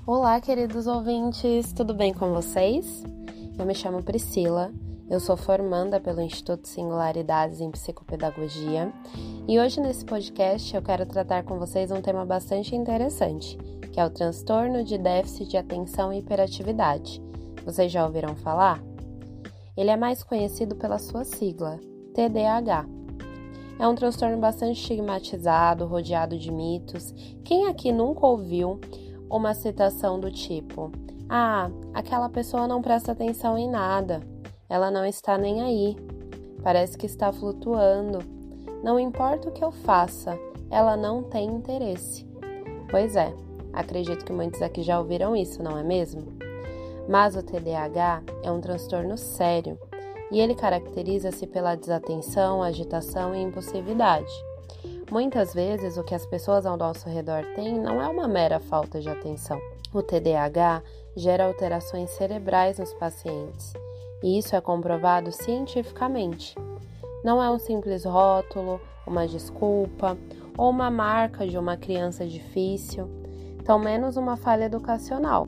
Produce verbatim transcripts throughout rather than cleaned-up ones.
Olá, queridos ouvintes, tudo bem com vocês? Eu me chamo Priscila, eu sou formanda pelo Instituto Singularidades em Psicopedagogia e hoje nesse podcast eu quero tratar com vocês um tema bastante interessante, que é o transtorno de déficit de atenção e hiperatividade. Vocês já ouviram falar? Ele é mais conhecido pela sua sigla, T D A H. É um transtorno bastante estigmatizado, rodeado de mitos. Quem aqui nunca ouviu uma citação do tipo: ah, aquela pessoa não presta atenção em nada, ela não está nem aí, parece que está flutuando, não importa o que eu faça, ela não tem interesse. Pois é, acredito que muitos aqui já ouviram isso, não é mesmo? Mas o T D A H é um transtorno sério e ele caracteriza-se pela desatenção, agitação e impulsividade. Muitas vezes, o que as pessoas ao nosso redor têm não é uma mera falta de atenção. O T D A H gera alterações cerebrais nos pacientes, e isso é comprovado cientificamente. Não é um simples rótulo, uma desculpa ou uma marca de uma criança difícil, tão menos uma falha educacional.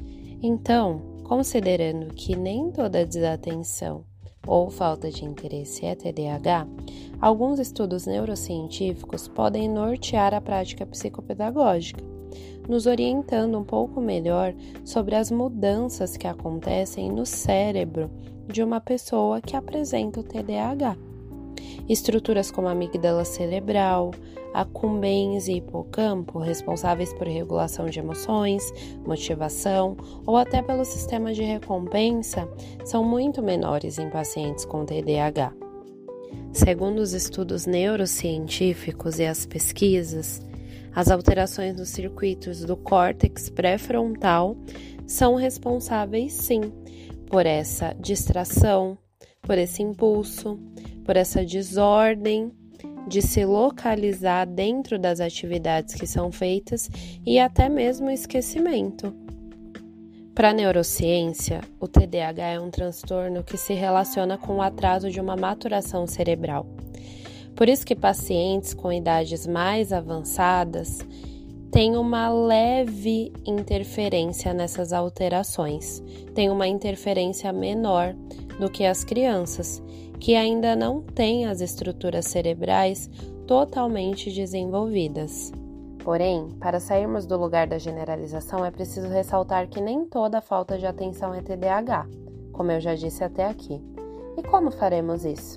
Então, considerando que nem toda desatenção ou falta de interesse é T D A H, alguns estudos neurocientíficos podem nortear a prática psicopedagógica, nos orientando um pouco melhor sobre as mudanças que acontecem no cérebro de uma pessoa que apresenta o T D A H. Estruturas como a amígdala cerebral, accumbens e hipocampo, responsáveis por regulação de emoções, motivação ou até pelo sistema de recompensa, são muito menores em pacientes com T D A H. Segundo os estudos neurocientíficos e as pesquisas, as alterações nos circuitos do córtex pré-frontal são responsáveis, sim, por essa distração, por esse impulso, por essa desordem de se localizar dentro das atividades que são feitas e até mesmo o esquecimento. Para a neurociência, o T D A H é um transtorno que se relaciona com o atraso de uma maturação cerebral. Por isso que pacientes com idades mais avançadas têm uma leve interferência nessas alterações, tem uma interferência menor do que as crianças, que ainda não têm as estruturas cerebrais totalmente desenvolvidas. Porém, para sairmos do lugar da generalização, é preciso ressaltar que nem toda falta de atenção é T D A H, como eu já disse até aqui. E como faremos isso?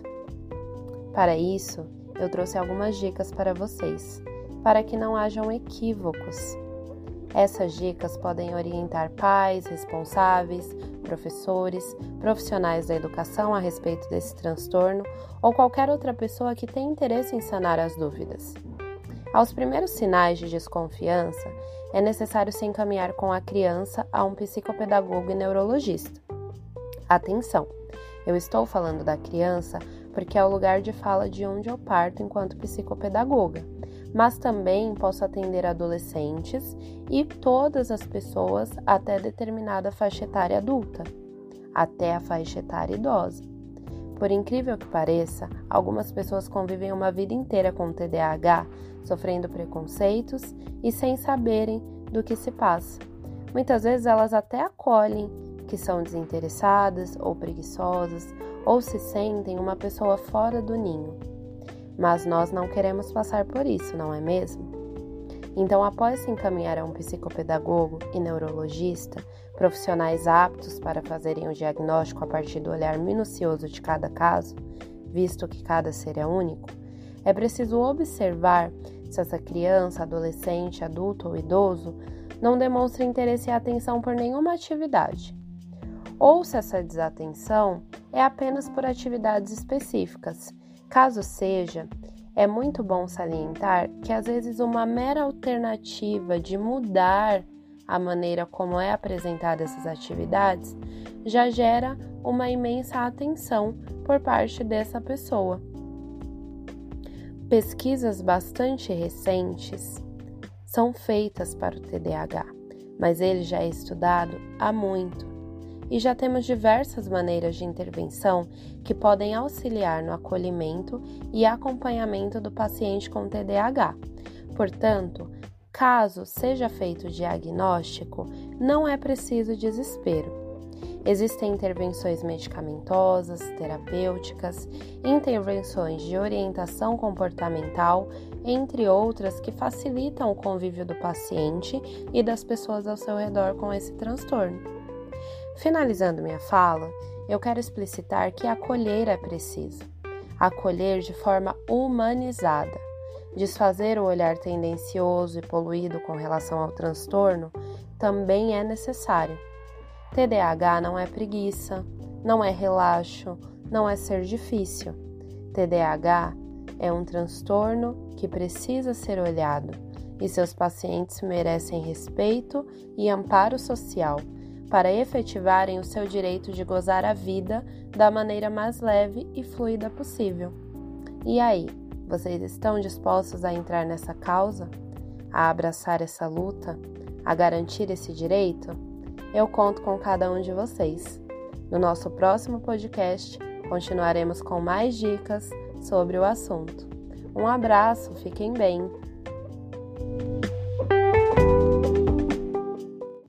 Para isso, eu trouxe algumas dicas para vocês, para que não hajam equívocos. Essas dicas podem orientar pais, responsáveis, professores, profissionais da educação a respeito desse transtorno ou qualquer outra pessoa que tenha interesse em sanar as dúvidas. Aos primeiros sinais de desconfiança, é necessário se encaminhar com a criança a um psicopedagogo e neurologista. Atenção! Eu estou falando da criança porque é o lugar de fala de onde eu parto enquanto psicopedagoga, mas também posso atender adolescentes e todas as pessoas até determinada faixa etária adulta, até a faixa etária idosa. Por incrível que pareça, algumas pessoas convivem uma vida inteira com T D A H, sofrendo preconceitos e sem saberem do que se passa. Muitas vezes elas até acolhem que são desinteressadas ou preguiçosas ou se sentem uma pessoa fora do ninho. Mas nós não queremos passar por isso, não é mesmo? Então, após se encaminhar a um psicopedagogo e neurologista, profissionais aptos para fazerem o diagnóstico a partir do olhar minucioso de cada caso, visto que cada ser é único, é preciso observar se essa criança, adolescente, adulto ou idoso não demonstra interesse e atenção por nenhuma atividade, ou se essa desatenção é apenas por atividades específicas. Caso seja, é muito bom salientar que às vezes uma mera alternativa de mudar a maneira como é apresentada essas atividades já gera uma imensa atenção por parte dessa pessoa. Pesquisas bastante recentes são feitas para o T D A H, mas ele já é estudado há muito. E já temos diversas maneiras de intervenção que podem auxiliar no acolhimento e acompanhamento do paciente com T D A H. Portanto, Caso seja feito o diagnóstico, não é preciso desespero. Existem intervenções medicamentosas, terapêuticas, intervenções de orientação comportamental, entre outras que facilitam o convívio do paciente e das pessoas ao seu redor com esse transtorno. Finalizando minha fala, eu quero explicitar que acolher é preciso. Acolher de forma humanizada. Desfazer o olhar tendencioso e poluído com relação ao transtorno também é necessário. T D A H não é preguiça, não é relaxo, não é ser difícil. T D A H é um transtorno que precisa ser olhado e seus pacientes merecem respeito e amparo social para efetivarem o seu direito de gozar a vida da maneira mais leve e fluida possível. E aí, vocês estão dispostos a entrar nessa causa? A abraçar essa luta? A garantir esse direito? Eu conto com cada um de vocês. No nosso próximo podcast, continuaremos com mais dicas sobre o assunto. Um abraço, fiquem bem!